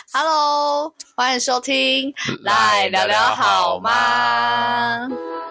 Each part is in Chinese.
Hello， 欢迎收听来聊聊好吗？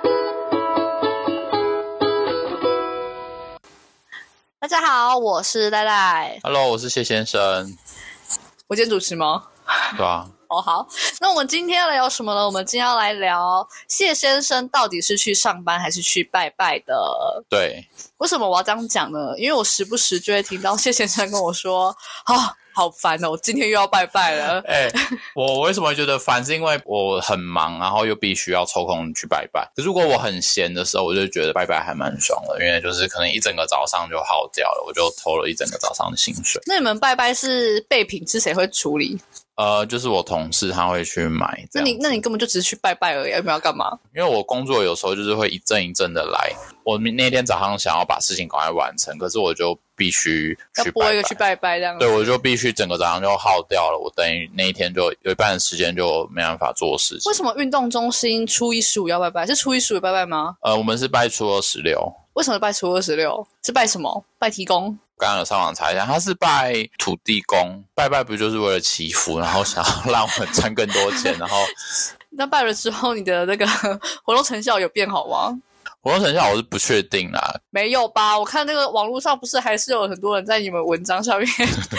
大家好，我是赖赖。 Hello， 我是谢先生。 我今天主持吗？ 对啊。 哦，好，那我们今天要聊什么呢？我们今天要来聊谢先生到底是去上班还是去拜拜的。 对， 为什么我要这样讲呢？因为我时不时就会听到谢先生跟我说好烦哦，我今天又要拜拜了。 我为什么会觉得烦，是因为我很忙，然后又必须要抽空去拜拜。可是如果我很闲的时候，我就觉得拜拜还蛮爽的，因为就是可能一整个早上就耗掉了，我就偷了一整个早上的薪水。 那你们拜拜是备品是谁会处理？ 就是我同事他会去买。 那你根本就只是去拜拜而已，要干嘛？ 因为我工作有时候就是会一阵一阵的来，我那天早上想要把事情赶快完成，可是我就必须去拜拜， 要拨一个去拜拜这样子。 对，我就必须整个早上就耗掉了，我等于那一天就有一半的时间就没办法做事情。 为什么运动中心初一十五要拜拜？是初一十五拜拜吗？ 我们是拜初二十六。 为什么拜初二十六？是拜什么？拜提公？ 刚刚有上网查一下，他是拜土地公。拜拜不就是为了祈福，然后想要让我们赚更多钱，然后那拜了之后，你的那个活动成效有变好吗？ 活动成效我是不确定啦。 没有吧？我看那个网络上不是还是有很多人在你们文章上面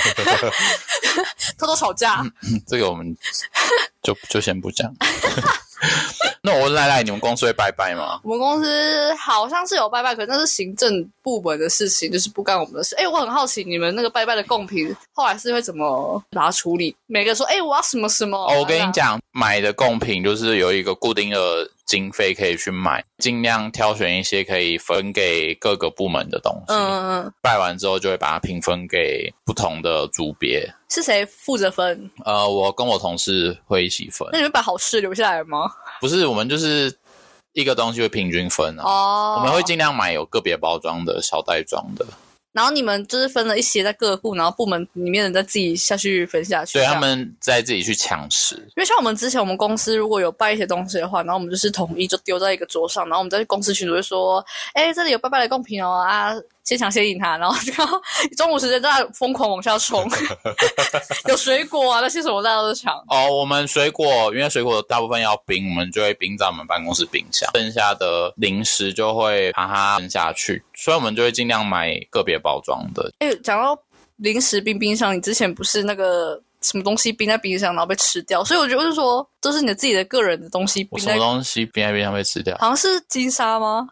偷偷吵架。 这个我们就先不讲。那我问赖赖，你们公司会拜拜吗？ 我们公司好像是有拜拜，可是那是行政部门的事情，就是不干我们的事。我很好奇你们那个拜拜的贡品后来是会怎么把它处理？每个人说我要什么什么。 我跟你讲，买的贡品就是有一个固定的经费可以去买，尽量挑选一些可以分给各个部门的东西。拜完之后就会把它平分给不同的组别。 是谁负责分？ 我跟我同事会一起分。 那你们把好事留下来吗？ 不是，我们就是一个东西会平均分啊。我们会尽量买有个别包装的小袋装的。 然后你们就是分了一些在各户，然后部门里面的人再自己下去分下去。 对，他们再自己去抢食。 因为像我们之前我们公司如果有拜一些东西的话，然后我们就是统一就丢在一个桌上，然后我们在公司群组会说这里有拜拜的贡品哦啊，先抢先赢他，然后中午时间在疯狂往下冲。有水果啊那些什么大家都抢。 我们水果因为水果大部分要冰，我们就会冰在我们办公室冰箱，剩下的零食就会把它分下去，所以我们就会尽量买个别包装的。 讲到零食冰箱，你之前不是那个什么东西冰在冰箱然后被吃掉，所以我觉得就是说这是你的自己的个人的东西冰在。 我什么东西冰在冰箱被吃掉？ 好像是金沙吗？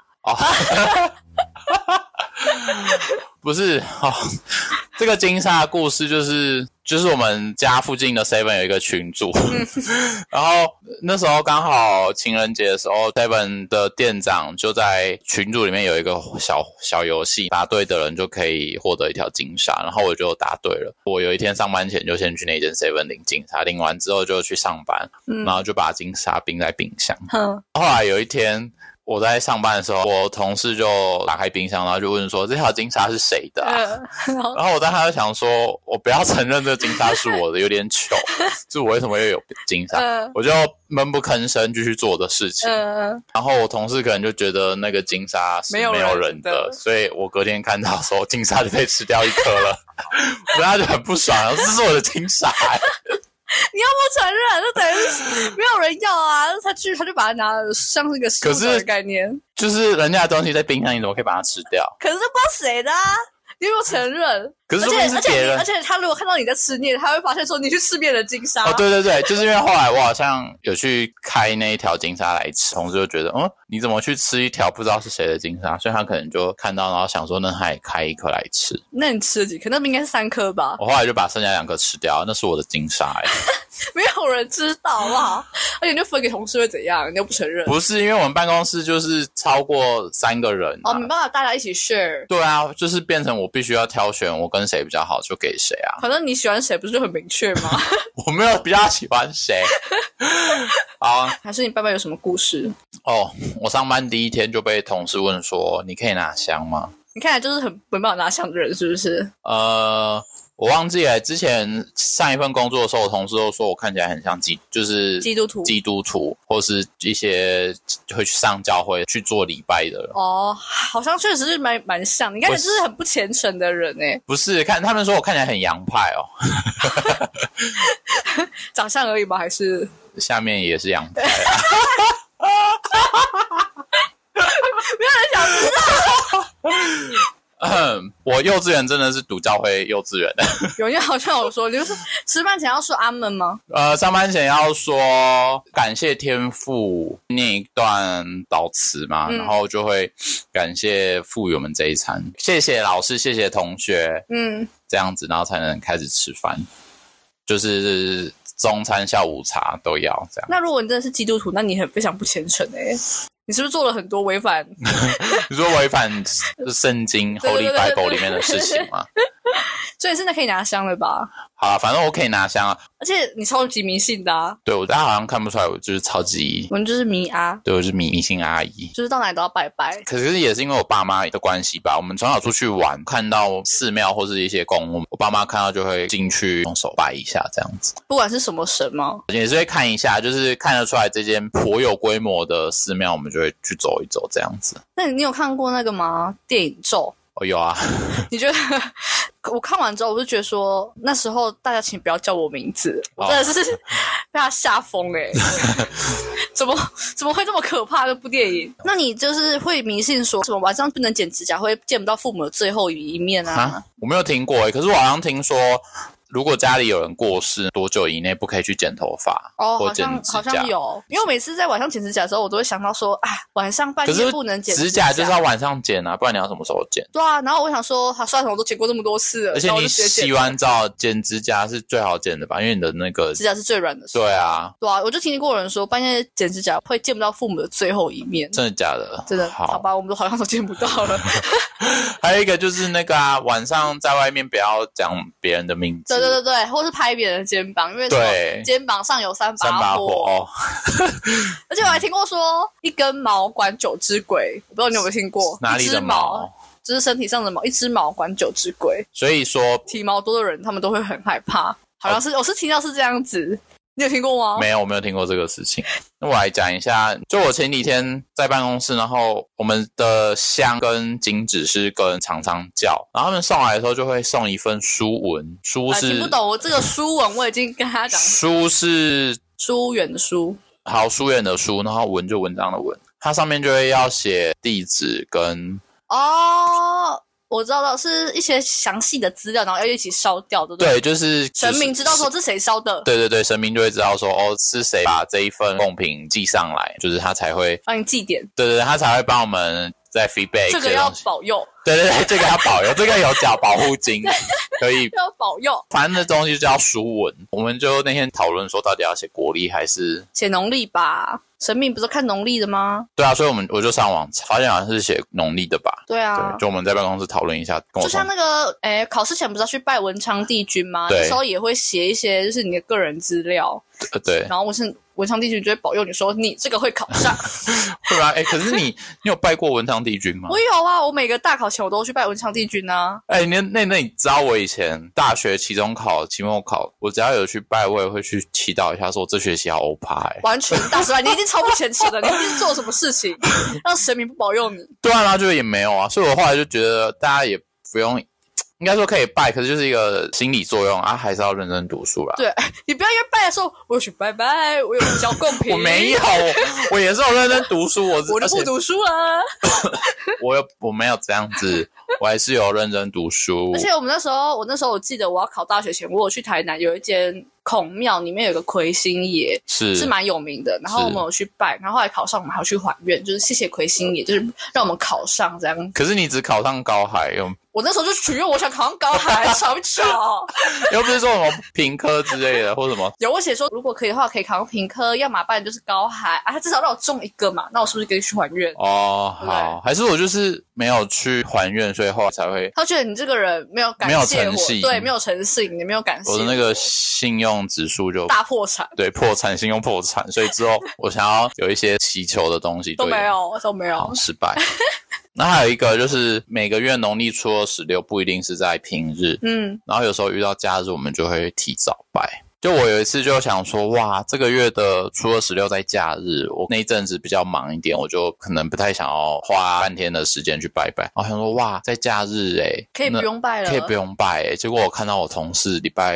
不是这个金沙的故事就是我们家附近的 Seven 有一个群组，然后那时候刚好情人节的时候 Seven 的店长就在群组里面有一个小游戏，答对的人就可以获得一条金沙，然后我就答对了。我有一天上班前就先去那间 Seven 领金沙，领完之后就去上班，然后就把金沙冰在冰箱。后来有一天我在上班的时候，我同事就打开冰箱，然后就问说这条金沙是谁的然后我当时就想说我不要承认这个金沙是我的，有点糗，就我为什么又有金沙我就闷不吭声继续做我的事情然后我同事可能就觉得那个金沙是没有人的，所以我隔天看到说金沙就被吃掉一颗了我跟他就很不爽，这是我的金沙你要不承认，那等于是没有人要啊！他就把它拿了，像是一个食物的概念。 就是人家的东西在冰箱，你怎么可以把它吃掉？ 可是不知道谁的啊！你有没有承认？ 可是说不定是别人， 而且他如果看到你在吃面，他会发现说你去吃别人的金沙。 对对对，就是因为后来我好像有去开那一条金沙来吃，同事就觉得你怎么去吃一条不知道是谁的金沙，所以他可能就看到然后想说那他也开一颗来吃。 那你吃了几颗？那应该是3颗吧。 我后来就把剩下2颗吃掉，那是我的金沙没有人知道好不好？而且你就分给同事会怎样？你又不承认。 不是，因为我们办公室就是超过3个人没办法大家一起 share。对啊，就是变成我必须要挑选我跟谁比较好就给谁啊。 反正你喜欢谁不是就很明确吗？ 我没有比较喜欢谁好， 还是你拜拜有什么故事？ 我上班第一天就被同事问说你可以拿香吗？ 你看起来就是很没办法拿香的人是不是？ 我忘记了，之前上一份工作的时候，我同事都说我看起来很像就是基督徒， 或是一些会去上教会去做礼拜的人。 哦，好像确实是蛮像，你看你是很不虔诚的人欸。 不是，他们说我看起来很洋派哦。 长相而已吗？还是下面也是洋派啊？ 没有人想知道。 我幼稚园真的是读教会幼稚园的。 有人好像有说，你就是吃饭前要说阿门吗？ 上班前要说感谢天父，念一段祷词嘛，然后就会感谢父予我们这一餐，谢谢老师，谢谢同学，这样子，然后才能开始吃饭，就是中餐、下午茶都要这样。 那如果你真的是基督徒，那你非常不虔诚欸。你是不是做了很多违反？ 你说违反圣经 Holy Bible 里面的事情吗？ 所以现在可以拿香了吧？ 好啦，反正我可以拿香啊。 而且你超级迷信的啊。 对，大家好像看不出来，我就是超级， 我们就是迷阿。 对，我是迷信阿姨， 就是到哪里都要拜拜。 可是也是因为我爸妈的关系吧，我们从小出去玩，看到寺庙或是一些宫，我爸妈看到就会进去用手拜一下这样子。 不管是什么神吗？ 也是会看一下，就是看得出来这间颇有规模的寺庙，我们就会去走一走这样子。 那你有看过那个吗？电影咒？ 哦，有啊。 你觉得？我看完之后，我就觉得说，那时候大家请不要叫我名字，我真的是被他吓疯欸。怎么会这么可怕？这部电影？那你就是会迷信说什么晚上不能剪指甲，会见不到父母的最后一面啊？ 我没有听过可是我好像听说，如果家里有人过世，多久以内不可以去剪头发或剪指甲？ 好像有。因为我每次在晚上剪指甲的时候，我都会想到说，晚上半夜不能剪指甲就是要晚上剪啊，不然你要什么时候剪？ 对啊，然后我想说，算了，我都剪过这么多次了， 而且你洗完澡剪指甲是最好剪的吧？因为你的那个指甲是最软的。 对啊， 我就听过有人说，半夜剪指甲会见不到父母的最后一面。 真的假的？ 真的。好吧，我们都好像都见不到了。 还有一个就是那个晚上在外面不要讲别人的名字。 对，或是拍别人的肩膀，因为肩膀上有三把火。哦。而且我还听过说，一根毛管9只鬼，我不知道你有没有听过？ 哪里的毛？ 就是身体上的毛，一只毛管9只鬼。 所以说体毛多的人，他们都会很害怕。好像是，我是听到是这样子。你有听过吗？ 没有，我没有听过这个事情。那我来讲一下，就我前几天在办公室，然后我们的香跟金纸是跟厂商叫，然后他们送来的时候就会送一份书文，书是听不懂，我这个书文我已经跟他讲， 书是疏远的书， 好，疏远的书，然后文就文章的文，它上面就会要写地址跟我知道是一些详细的资料，然后要一起烧掉的。 对，就是神明知道说这谁烧的。 对，神明就会知道说是谁把这一份贡品寄上来，就是他才会帮你祭典。 对，他才会帮我们再 feedback。 这个要保佑。 对，这个要保佑，这个有缴保护金，可以要保佑。 反正那东西就叫书文，我们就那天讨论说，到底要写国历还是写农历吧？神明不是看农历的吗？ 对啊，所以我就上网发现好像是写农历的吧。 对啊， 对，就我们在办公室讨论一下，跟我说就像那个考试前不是要去拜文昌帝君吗？那时候也会写一些就是你的个人资料。 对， 然后文昌帝君就会保佑你说你这个会考上。 对吧？可是你有拜过文昌帝君吗？ 我有啊，我每个大考前我都去拜文昌帝君啊。 那你知道我以前大学期中考、期末考，我只要有去拜，我也会去祈祷一下，说我这学期好欧趴。 完全大失败，你一定超不虔诚的，你一定做了什么事情让神明不保佑你？ 对啊，然后就也没有啊，所以我后来就觉得大家也不用。应该说可以拜，可是就是一个心理作用啊，还是要认真读书啦。 对，你不要因为拜的时候，我有去拜拜，我有交贡品。 我没有，我也是有认真读书，我就不读书了。 我没有这样子，我还是有认真读书。 而且我那时候我记得我要考大学前，我有去台南有一间孔庙，里面有个魁星爷，是蛮有名的。然后我们有去拜，然后后来考上，我们还有去还愿，就是谢谢魁星爷，就是让我们考上这样。 可是你只考上高海， 我那时候就许愿，我想考上高海，吵一吵。 又不是说什么评科之类的，或什么。 有我写说，如果可以的话，可以考上评科，要么不然就是高海啊。他至少让我中一个嘛，那我是不是可以去还愿？ 哦，好，还是我就是没有去还愿，所以后来才会。 他觉得你这个人没有感谢我，对，没有诚信，你没有感谢我的那个信用指数就大破产， 对，破产，信用破产，所以之后我想要有一些祈求的东西都没有， 失败。 那还有一个就是每个月农历初二16不一定是在平日，然后有时候遇到假日我们就会提早拜。就我有一次就想说，哇，这个月的初二16在假日，我那一阵子比较忙一点，我就可能不太想要花半天的时间去拜拜。然后想说，哇，在假日可以不用拜了， 可以不用拜结果我看到我同事礼拜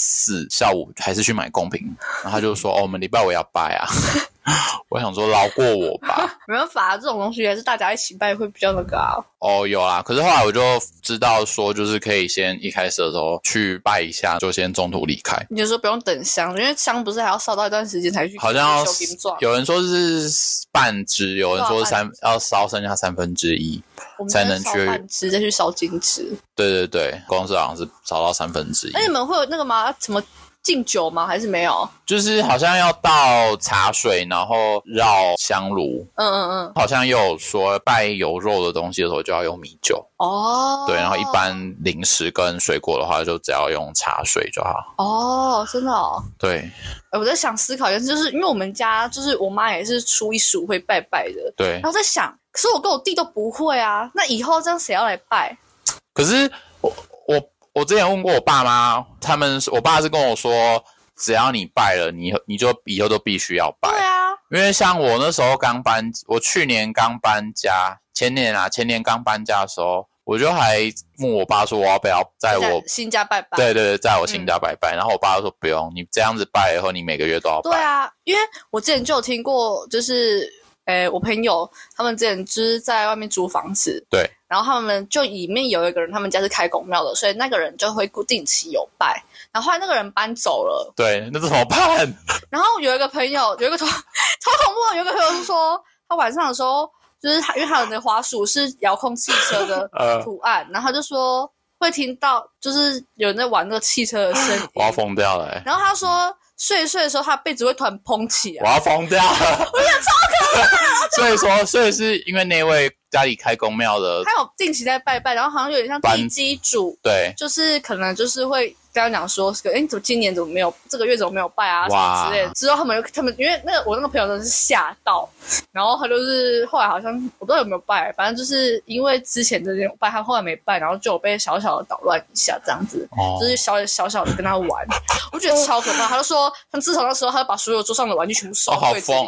4下午还是去买贡品，然后他就说，哦，我们礼拜5要拜啊。我想说饶过我吧。 没办法，这种东西还是大家一起拜会比较那个啊。 哦，有啦，可是后来我就知道说，就是可以先一开始的时候去拜一下，就先中途离开。 你就说不用等香，因为香不是还要烧到一段时间才去， 好像有人说是半支，有人说要烧剩下1/3，才能去半支再去烧金支。 对对对，公司好像是烧到1/3。 那你们会有那个吗？什么敬酒吗？还是没有？ 就是好像要倒茶水，然后绕香炉。好像又有说拜有肉的东西的时候就要用米酒。哦，对，然后一般零食跟水果的话，就只要用茶水就好。 哦，真的哦。 对。 我在想思考一下，就是因为我们家就是我妈也是初1、15会拜拜的。 对。 然后在想，可是我跟我弟都不会啊，那以后这样谁要来拜？ 可是我之前问过我爸妈，我爸是跟我说，只要你拜了，你就以后都必须要拜。 对啊， 因为像我那时候我去年刚搬家，前年刚搬家的时候，我就还问我爸说，我要不要在我新家拜拜？ 对对对，在我新家拜拜。然后我爸就说不用，你这样子拜以后，你每个月都要拜。 对啊，因为我之前就有听过，就是我朋友他们之前就是在外面租房子， 对， 然后他们就里面有一个人，他们家是开公庙的，所以那个人就会固定期有拜。然后后来那个人搬走了， 对，那这怎么办？ 然后有一个朋友，超恐怖的，有一个朋友就说，他晚上的时候，就是因为他的那个滑鼠是遥控汽车的图案，然后他就说会听到就是有人在玩那个汽车的声音， 我要疯掉了然后他说睡一睡的时候，他被子会突然蓬起来， 我要疯掉了，我觉得超可怕。 所以是因为那位家里开公庙的， 他有定期在拜拜，然后好像有点像地基主， 对， 就是可能就是会跟他讲说，你怎么今年怎么没有，这个月怎么没有拜啊什么之类的。之后他们因为我那个朋友真的是吓到，然后他就是后来好像我不知道有没有拜，反正就是因为之前的那种拜，他后来没拜，然后就有被小小的捣乱一下这样子，就是小小的跟他玩，我觉得超可怕。他就说，他自从那时候，他就把所有桌上的玩具全部收好疯，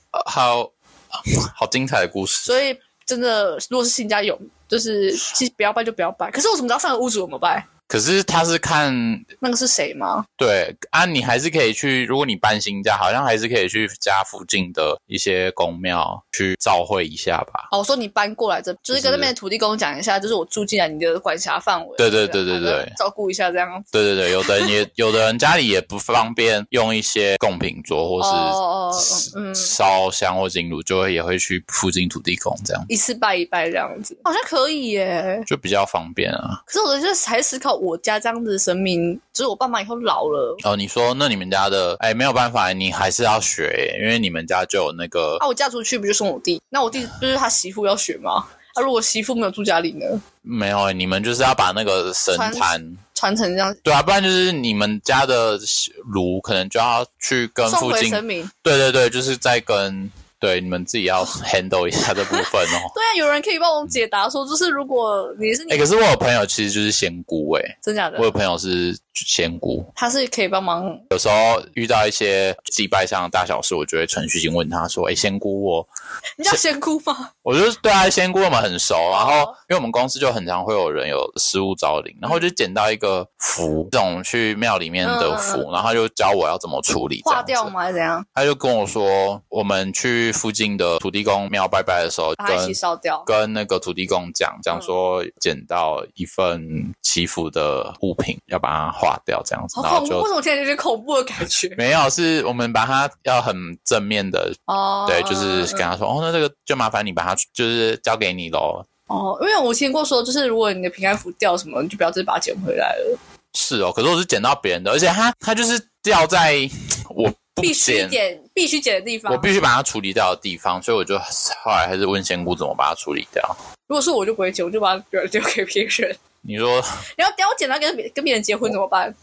好精彩的故事。 所以真的，如果是新家有，就是其实不要拜就不要拜。可是我怎么知道上个屋主有没有拜？ 可是他是看那个是谁吗？ 对啊，你还是可以去，如果你搬新家，好像还是可以去家附近的一些公庙去照会一下吧。 我说你搬过来就是跟那边的土地公讲一下，就是我住进来你的管辖范围。 对对对对对， 照顾一下这样子。 对对对，有的人家里也不方便用一些贡品桌或是烧香或金炉，也会去附近土地公这样一次拜一拜这样子，好像可以耶， 就比较方便啊。 可是我就是还思考我家这样子的神明，就是我爸妈以后老了你说那你们家的没有办法，你还是要学因为你们家就有那个我嫁出去不就送我弟，那我弟就是他媳妇要学吗？如果媳妇没有住家里呢？ 没有你们就是要把那个神坛传承这样。 对啊，不然就是你们家的炉可能就要去跟附近送回神明。 对对对，就是在跟对你们自己要 handle 一下这部分对啊，有人可以帮我解答说，就是如果你是可是我有朋友其实就是仙姑真假的？ 我有朋友是仙姑， 他是可以帮忙。 有时候遇到一些祭拜上的大小事，我就会程序性问他说：“仙姑你叫仙姑吗？” 我就对啊，仙姑我们很熟，然后因为我们公司就很常会有人有失物招领，然后就捡到一个符，这种去庙里面的符，然后他就教我要怎么处理， 化掉吗？还是怎样？ 他就跟我说，我们去附近的土地公庙拜拜的时候， 把它一起烧掉， 跟那个土地公讲说捡到一份祈福的物品，要把它化掉这样子。 好恐怖！为什么听起来有点恐怖的感觉？ 没有，是我们把它要很正面的对，就是跟他说那这个就麻烦你把它就是交给你咯。 因为我听过说，就是如果你的平安符掉什么，你就不要再把它捡回来了。 是可是我是捡到别人的，而且它就是掉在我必须捡的地方， 我必须把它处理掉的地方，所以我就后来还是问仙姑怎么把它处理掉。 如果是我就不会捡，我就把它丢给别人。 你说， 然后等我捡到跟别人结婚怎么办？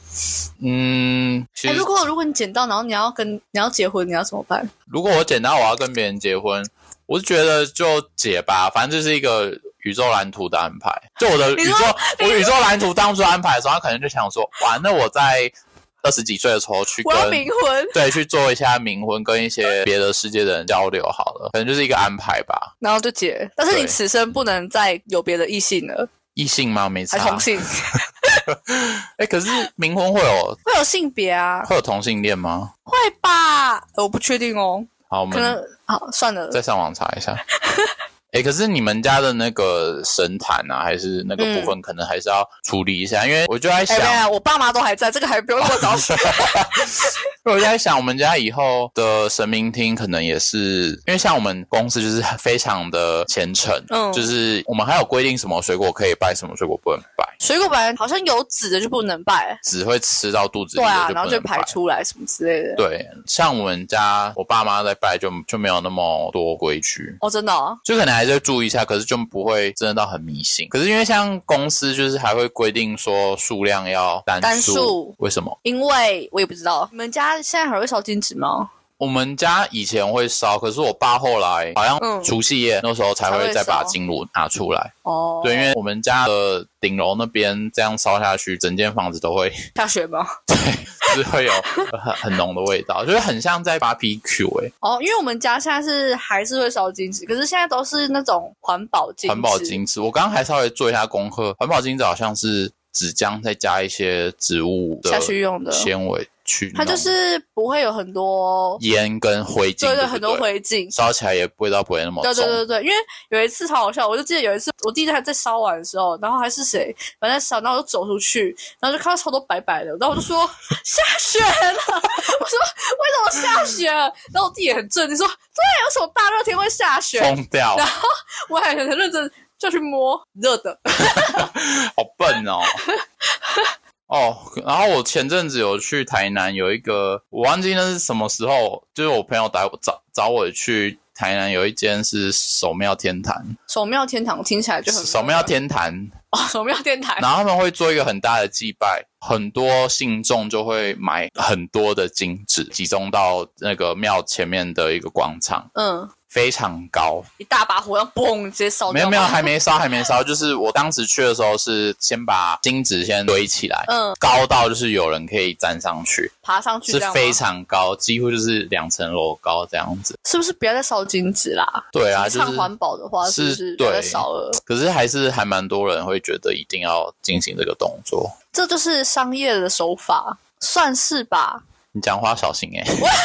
如果你捡到，然后你要结婚，你要怎么办？ 如果我捡到我要跟别人结婚，我是觉得就结吧，反正这是一个宇宙蓝图的安排。就我的宇宙蓝图当初安排的时候，他可能就想说，哇，那我在20几岁的时候去跟我要冥婚， 对，去做一下冥婚，跟一些别的世界的人交流好了，可能就是一个安排吧。 然后就结，但是你此生不能再有别的异性了。 异性吗？没差。 还同性？ 可是冥婚会有性别啊？ 会有同性恋吗？ 会吧，我不确定哦。 好，我们可能好算了， 再上网查一下。可是你们家的那个神坛啊，还是那个部分，可能还是要处理一下，因为我就在想， 我爸妈都还在，这个还不用那么早起。 我就在想，我们家以后的神明厅可能也是，因为像我们公司就是非常的虔诚，就是我们还有规定什么水果可以拜，什么水果不能拜。 水果本来好像有籽的就不能拜， 籽会吃到肚子里的就不能拜， 然后就排出来什么之类的。 对，像我们家我爸妈在拜就没有那么多规矩。 哦，真的哦？就可能还是会注意一下，可是就不会真的到很迷信。可是因为像公司就是还会规定说数量要单数，为什么？ 因为我也不知道。你们家现在还会烧金纸吗？ 我们家以前会烧，可是我爸后来好像除夕夜那时候才会再把金炉拿出来。哦，对，因为我们家的顶楼那边这样烧下去，整间房子都会下雪吗？ 对，就是会有很浓的味道，就是很像在BBQ 哦，因为我们家现在还是会烧金纸，可是现在都是那种环保金纸。 环保金纸，我刚刚还稍微做一下功课，环保金纸好像是纸浆再加一些植物的下去用的纤维。 它就是不会有很多烟跟灰烬，对， 很多灰烬， 烧起来也味道不会那么重。 对，因为有一次超好笑，我就记得有一次我弟还在烧完的时候，然后还是谁反正烧，然后我就走出去，然后就看到超多白白的，然后我就说下雪了，我说为什么下雪了？然后我弟也很震惊说，对，为什么大热天会下雪？ 疯掉！ 然后我还很认真就去摸热的， 好笨哦。然后我前阵子有去台南，有一个我忘记那是什么时候，就是我朋友找我去台南，有一间是守庙天坛。 守庙天堂听起来就很守庙天坛守庙天坛。 然后他们会做一个很大的祭拜，很多信众就会买很多的金纸，集中到那个庙前面的一个广场。非常高， 一大把火要嘣直接烧掉。 没有，还没烧，就是我当时去的时候是先把金纸先堆起来，高到就是有人可以站上去， 爬上去， 是非常高，几乎就是2层楼高这样子。 是不是不要再烧金纸啦？ 对啊， 就是环保的话，是不是不要再烧了？ 可是还蛮多人会觉得一定要进行这个动作， 这就是商业的手法，算是吧？ 你讲话小心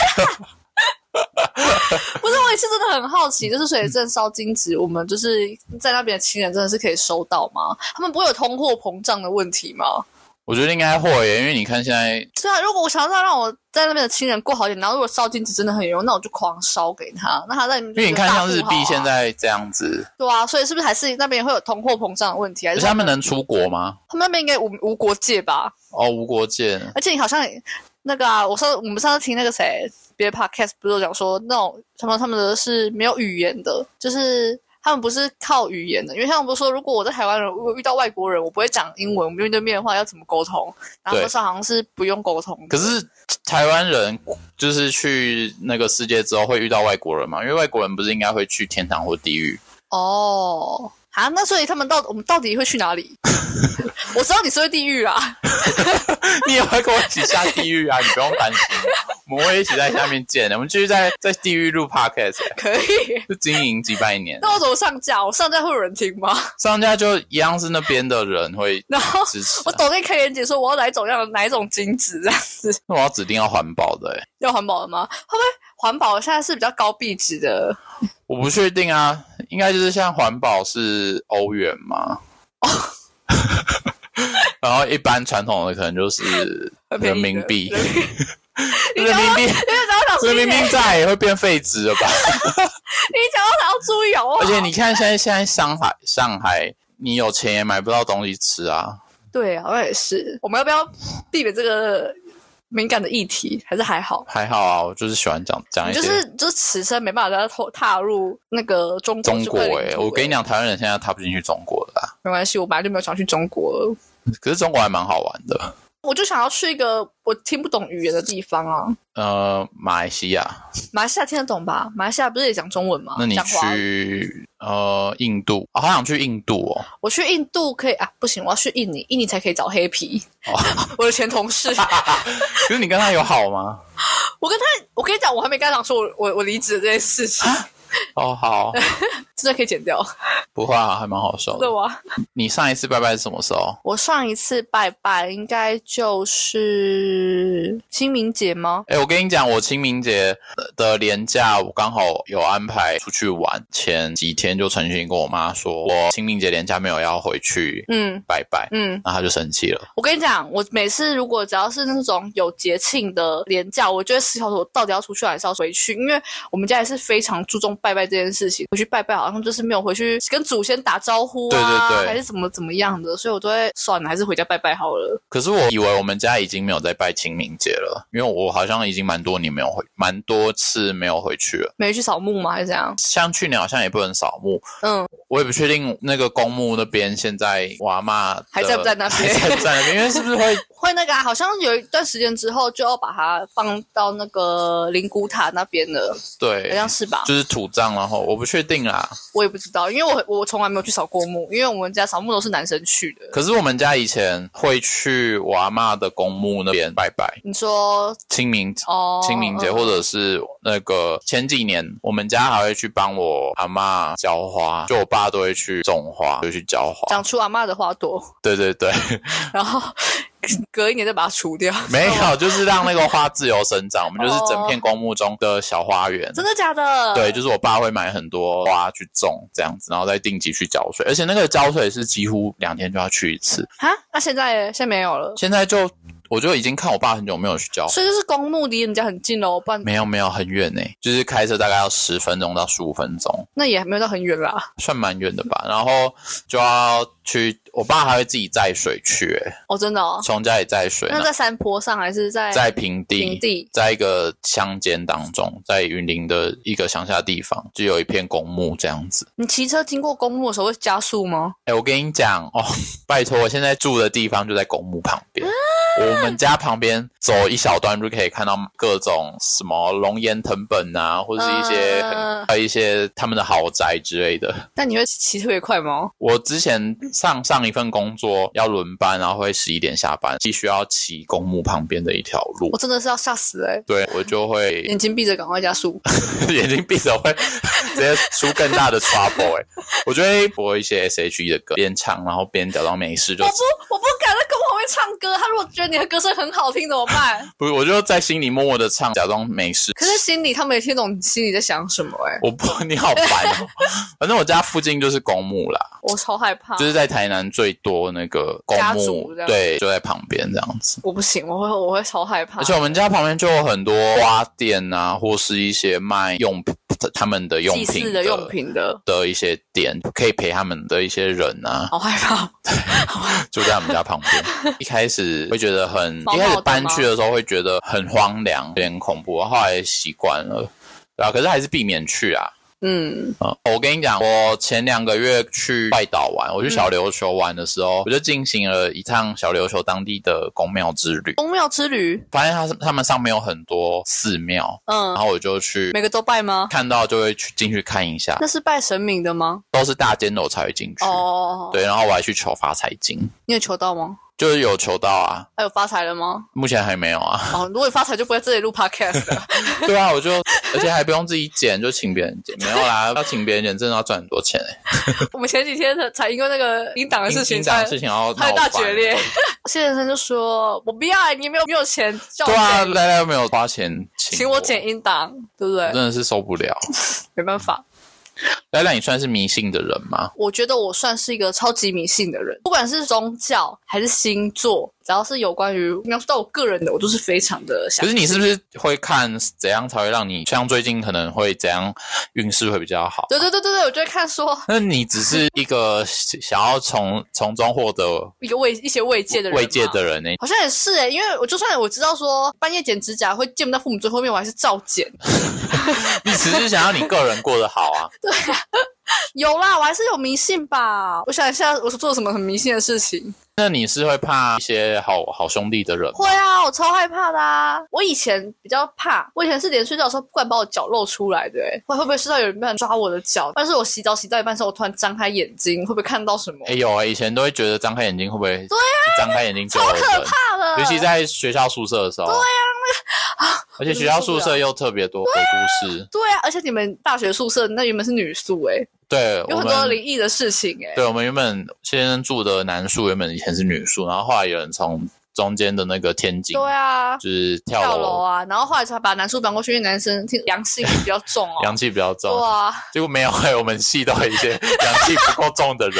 不是，我也是真的很好奇，就是水镇烧金纸，我们就是在那边的亲人真的是可以收到吗？他们不会有通货膨胀的问题吗？ 我觉得应该会耶，因为你看现在， 对啊，如果我想要让我在那边的亲人过好一点，然后如果烧金纸真的很有用，那我就狂烧给他，那他在里面因为你看像日币现在这样子， 对啊，所以是不是还是那边会有通货膨胀的问题？ 而且他们能出国吗？ 他们那边应该无国界吧？ 哦，无国界， 而且你好像那个啊，我们上次听那个谁。别的 podcast 不是有讲说那种他们的是没有语言的，就是他们不是靠语言的，因为像我不是说，如果我在台湾人，如果遇到外国人，我不会讲英文，我们面对面的话要怎么沟通？然后他们说好像是不用沟通的。 可是台湾人就是去那个世界之后会遇到外国人嘛？因为外国人不是应该会去天堂或地狱？ 哦，好，那所以我们到底会去哪里？我知道你是会地狱啊， 你也会跟我一起下地狱啊，你不用担心，我们会一起在下面见的。我们继续在地狱录 podcast， 可以， 就经营几百年。 那我怎么上架？我上架会有人听吗？ 上架就一样是那边的人会然后支持、 我抖内开连结说我要哪一种金纸这样子。 那我要指定要环保的要环保的吗？会不会环保现在是比较高币值的？ 我不确定啊，应该就是像环保是欧元嘛。然后一般传统的可能就是人民币，人民币再也会变废纸了吧？ 你讲到要注意哦。 而且你看现在上海，你有钱也买不到东西吃啊。 对啊，我也是。我们要不要避免这个敏感的议题？还是还好？ 还好啊，我就是喜欢讲一些， 就是此生没办法再踏入那个中国我跟你讲，台湾人现在踏不进去中国了啦。 没关系，我本来就没有想去中国了。 可是中国还蛮好玩的。 我就想要去一个我听不懂语言的地方啊。 马来西亚。 马来西亚听得懂吧？马来西亚不是也讲中文吗？ 那你去印度，好想去印度哦。 我去印度可以啊，不行，我要去印尼，印尼才可以找黑皮。我的前同事。 可是你跟他有好吗？ 我跟你讲，我还没跟他讲说我离职的这件事情。 哦，好， 真的可以剪掉。 不会啊，还蛮好笑的。 对吗？ 你上一次拜拜是什么时候？ 我上一次拜拜应该就是清明节吗？ 我跟你讲，我清明节的连假我刚好有安排出去玩，前几天就传讯跟我妈说，我清明节连假没有要回去拜拜，然后她就生气了。 我跟你讲，我每次如果只要是那种有节庆的连假，我就会思考说我到底要出去还是要回去，因为我们家也是非常注重拜拜这件事情，回去拜拜好像就是没有回去跟祖先打招呼啊，对，还是怎么样的，所以我都会算了，还是回家拜拜好了。可是我以为我们家已经没有在拜清明节了，因为我好像已经蛮多次没有回去了。 没去扫墓吗？还是怎样？ 像去年好像也不能扫墓，我也不确定那个公墓那边现在我阿嬷还在不在那边？ 还在那边，因为是不是会那个啊？好像有一段时间之后就要把它放到那个灵骨塔那边了。 对， 好像是吧？ 就是土葬，然后我不确定啦。 我也不知道，因为我从来没有去扫过墓，因为我们家扫墓都是男生去的。 可是我们家以前会去我阿嬷的公墓那边拜拜。 你说清明节，或者是那个前几年，我们家还会去帮我阿嬷浇花，就我爸都会去种花，就去浇花， 长出阿嬷的花朵。 对对对， 然后隔一年再把它除掉。 没有，就是让那个花自由生长。我们就是整片公墓中的小花园。 真的假的？ 对，就是我爸会买很多花去种这样子，然后再定期去浇水，而且那个浇水是几乎2天就要去一次。 哈？那现在没有了？ 现在我就已经看我爸很久没有去浇， 所以就是公墓离人家很近咯。 没有很远就是开车大概要10分钟到15分钟， 那也没有到很远啦， 算蛮远的吧。然后就要去，我爸还会自己载水去真的哦， 从家里载水。 那在山坡上还是在平地？ 平地， 在一个乡间当中，在云林的一个乡下地方，就有一片公墓这样子。 你骑车经过公墓的时候会加速吗？ 我跟你讲拜托，我现在住的地方就在公墓旁边。我们家旁边走一小段就可以看到各种什么龙岩藤本啊，或者是一些他们的豪宅之类的。 那你会骑特别快吗？ 我之前上一份工作要轮班，然后会11点下班，必须要骑公墓旁边的一条路。 我真的是要吓死对，我就会眼睛闭着赶快加速。 眼睛闭着会直接出更大的 trouble 我就会播一些 SHE 的歌，边唱然后边假装没事。我不敢在公墓旁边唱歌，他如果觉得你的歌声很好听怎么办？ 不是，我就在心里默默的唱，假装没事。 可是心里他们也听懂你心里在想什么你好烦反正我家附近就是公墓啦， 我超害怕， 就是在台南最多那个公墓，对，就在旁边这样子。 我不行，我会超害怕。 而且我们家旁边就有很多花店啊，或是一些卖他们的用品祭祀的用品的一些店，可以陪他们的一些人啊。 好害怕， 就在我们家旁边。一开始会觉得一开始搬去的时候会觉得很荒凉，有点恐怖，后来习惯了，对啊，可是还是避免去啊。我跟你讲，我前2个月去外岛玩，我去小琉球玩的时候，我就进行了一趟小琉球当地的宫庙之旅。宫庙之旅，发现他们上面有很多寺庙，然后我就去，每个都拜吗？看到就会进去看一下。那是拜神明的吗？都是大间楼才会进去。对，然后我还去求发财金。你有求到吗？就是有求到啊。还有发财了吗？目前还没有啊。如果你发财就不会在这里录 podcast 了。对啊，而且还不用自己剪，就请别人剪。没有啦，要请别人剪真的要赚很多钱我们前几天才因为那个音档的事情然后太大决裂。谢先生就说我不要你没有钱叫我剪。对啊，赖赖又没有花钱请我剪音档，对不对？真的是受不了。没办法。赖赖，你算是迷信的人吗？我觉得我算是一个超级迷信的人，不管是宗教还是星座，只要是有关于描述到我个人的，我都是非常的相信。可是你是不是会看怎样才会让你像最近可能会怎样运势会比较好？对，我就会看说，那你只是一个想要从中获得一些慰藉的人好像也是因为就算我知道说半夜剪指甲会见不到父母最后面，我还是照剪。你只是想要你个人过得好啊。对啊，有啦，我还是有迷信吧。我想一下，我做了什么很迷信的事情。 那你是会怕一些好兄弟的人吗？ 会啊，我超害怕的啊！我以前比较怕，我以前是连睡觉的时候不敢把我脚露出来的，会不会睡到有人突然抓我的脚？但是我洗澡洗到一半的时候，我突然张开眼睛，会不会看到什么？ 有以前都会觉得张开眼睛会不会？ 对啊， 张开眼睛就有人， 超可怕的， 尤其在学校宿舍的时候。对啊，而且学校宿舍又特别多鬼故事。 对啊，而且你们大学宿舍那原本是女宿对， 有很多灵异的事情对，我们原本先生住的男宿原本以前是女宿，然后后来有人从中间的那个天井， 对啊， 就是跳楼啊，然后后来才把男宿搬过去，因为男生阳气比较重阳气比较重。 哇， 结果没有我们系都有一些阳气不够重的人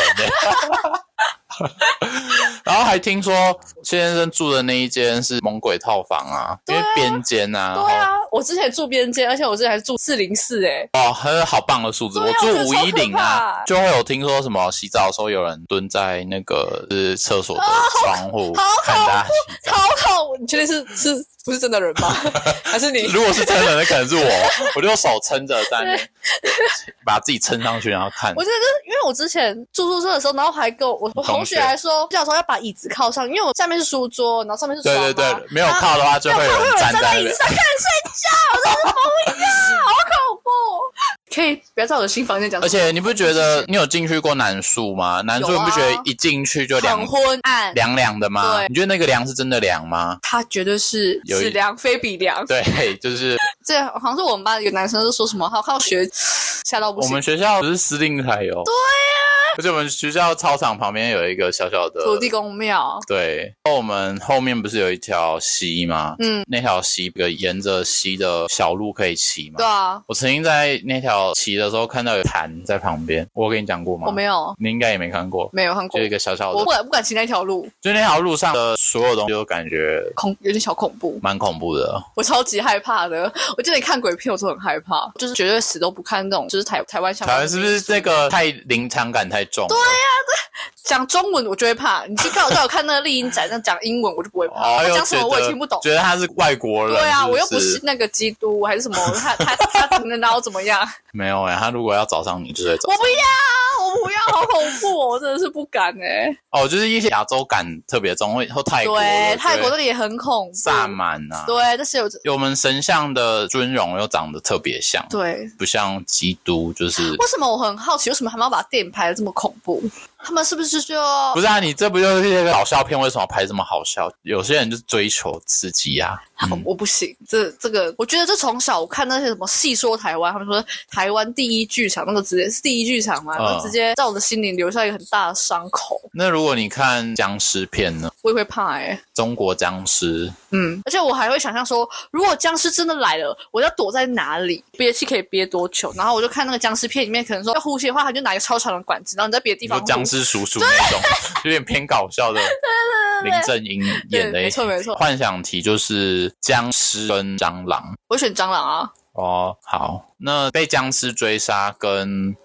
然后还听说谢先生住的那一间是猛鬼套房啊，因为边间啊。 对啊，我之前住边间，而且我之前还住404 还是好棒的数字。我住510啊，就会有听说什么洗澡的时候有人蹲在那个是厕所的窗户看大家洗澡。 好，你确定是不是真的人吗？还是你？ 如果是真的，那可能是我就手撑着在那把自己撑上去，然后看。 我觉得因为我之前住宿舍的时候，然后还跟我同学还说，洗澡的时候要把椅子靠上，因为我下面是书桌，然后上面是床嘛。 对，没有靠的话就会有人站在椅子上看睡觉，真是疯掉，好恐怖！可以不要在我的新房间讲。 而且你不觉得你有进去过男宿吗？男宿你不觉得一进去就很昏暗、 凉凉的吗？ 对， 你觉得那个凉是真的凉吗？ 它绝对是此凉非彼凉。 对，就是这好像是我们班有个男生就说什么，他看到学吓到不行。 我们学校不是司令才有。 对啊， 而且我们学校操场旁边有一个小小的土地公庙。 对，我们后面不是有一条溪吗？那条溪沿着溪的小路可以骑吗？ 对啊， 我曾经在那条骑的时候看到有潭在旁边，我有跟你讲过吗？ 我没有， 你应该也没看过。 没有看过， 就一个小小的， 我不敢骑那条路， 就那条路上的所有东西都感觉有点小恐怖， 蛮恐怖的。 我超级害怕的，我记得你看鬼片我都很害怕，就是绝对死都不看那种，就是台湾相关的。 台湾是不是这个太临场感太重？ 对呀，讲中文我就会怕，你去叫我看那个丽英仔那讲英文我就不会怕，他讲什么我也听不懂， 觉得他是外国人。 对啊，我又不是那个基督还是什么，他能拿我怎么样？ 没有他如果要找上你就会找上你。 我不要，好恐怖哦，我真的是不敢就是一些亚洲感特别重，或泰国。 对，泰国那里也很恐怖， 萨满啊， 对，但是有我们神像的尊容又长得特别像， 对， 不像基督，就是为什么我很好奇，为什么他们要把电影拍得这么恐怖？他们是不是就不是啊？你这不就是一个搞笑片？为什么拍这么好笑？有些人就追求刺激啊。 我不行，这个，我觉得这从小我看那些什么戏说台湾，他们说台湾第一剧场，那个直接是第一剧场嘛，然后直接在我的心里留下一个很大的伤口。那如果你看僵尸片呢？ 我也会怕中国僵尸， 而且我还会想象说，如果僵尸真的来了，我要躲在哪里？憋气可以憋多久？然后我就看那个僵尸片里面，可能说要呼吸的话，他就拿一个超长的管子，然后你在别的地方。 僵尸叔叔那种，有点偏搞笑的。林正英演的， 没错。 幻想题就是僵尸跟蟑螂， 我选蟑螂啊。 好，那被僵尸追杀跟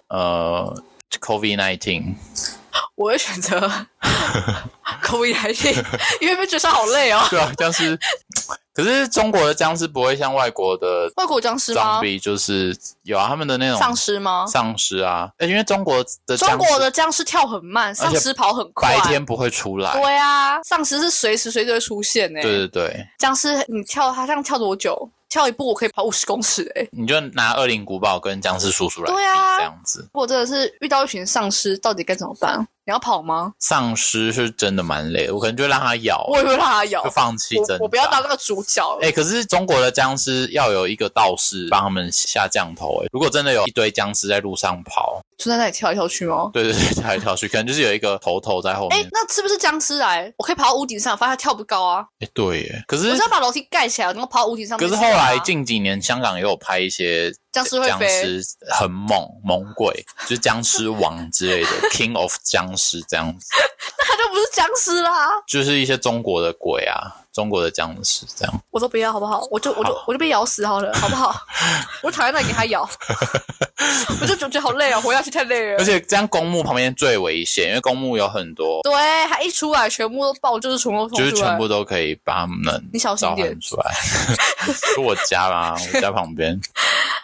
COVID-19。 我会选择 COVID-19， 因为被追杀好累哦。 对啊，僵尸。可是中国的僵尸不会像外国的僵尸吗？ 就是有他们的那种丧尸吗？ 丧尸啊，因为中国的僵尸跳很慢，丧尸跑很快， 白天不会出来。 对啊，丧尸是随时随地会出现对， 僵尸你跳，他这样跳多久？跳一步我可以跑50公尺你就拿恶灵古堡跟僵尸叔叔来比，这样子。 如果真的是遇到一群丧尸，到底该怎么办？你要跑吗？ 丧尸是真的蛮累的，我可能就让他咬。 我也会让他咬， 就放弃挣扎。 我不要当那个主角。 可是中国的僵尸要有一个道士帮他们下降头。如果真的有一堆僵尸在路上跑， 就在那里跳来跳去吗？ 对，跳来跳去，可能就是有一个头在后面。 那是不是僵尸来？我可以跑到屋顶上，发现他跳不高啊。 对耶，可是我是要把楼梯盖起来，然后跑到屋顶上。 可是后来近几年香港也有拍一些僵尸很猛鬼，就是僵尸王之类的King of 僵尸这样子。 那他就不是僵尸啦，就是一些中国的鬼啊，中国的僵尸这样。 我都不要好不好？我就被咬死好了，好不好？我躺在那里给他咬，我就觉得好累啊，活下去太累了。 而且这样公墓旁边最危险，因为公墓有很多。 对，他一出来全部都爆，就是全部都可以把他们你小心点出来。是我家嘛，我家旁边。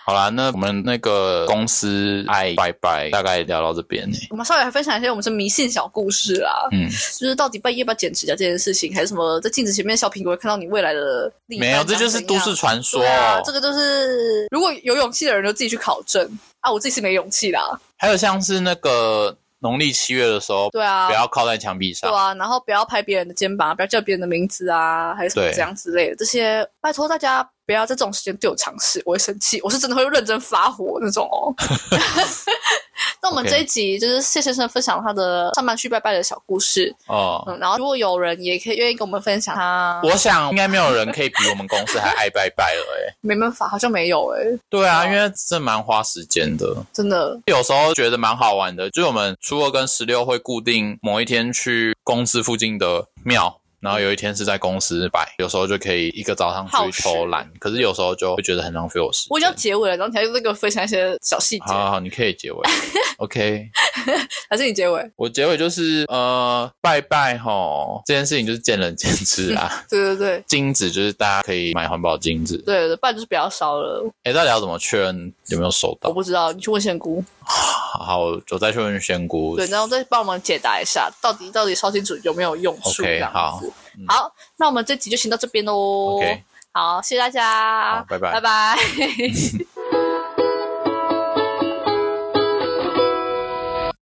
好啦，那我们那个公司爱拜拜大概聊到这边我们稍微还分享一些我们是迷信小故事啦。就是到底半夜要不要剪指甲这件事情，还是什么在镜子前面小苹果会看到你未来的另一半。 没有，这就是都市传说。 对啊，这个就是如果有勇气的人就自己去考证啊，我自己是没勇气啦。 还有像是那个农历7月的时候， 对啊， 不要靠在墙壁上， 对啊，然后不要拍别人的肩膀，不要叫别人的名字啊，还是什么这样之类的，这些拜托大家不要在这种时间对我尝试，我会生气，我是真的会认真发火那种哦。那我们这一集就是谢先生分享他的上班去拜拜的小故事哦，然后如果有人也可以愿意跟我们分享他， 我想应该没有人可以比我们公司还爱拜拜了没办法，好像没有对啊，因为这蛮花时间的， 真的。 有时候觉得蛮好玩的，就是我们初2跟16会固定某一天去公司附近的庙。然后有一天是在公司摆，有时候就可以一个早上去偷懒，可是有时候就会觉得很浪费我时间。 我已经要结尾了，然后你还那个分享一些小细节。 好，你可以结尾。OK， 还是你结尾？ 我结尾就是拜拜吼，这件事情就是见仁见智啦。 对， 金子就是大家可以买环保金子， 对，不然就是不要烧了。 到底要怎么确认有没有收到？ 我不知道，你去问仙姑。 好，我再去问仙姑。 对，然后再帮我们解答一下，到底烧清楚有没有用处。 OK， 好， 好，那我们这集就先到这边咯。 OK， 好，谢谢大家， 好，拜拜， 拜拜。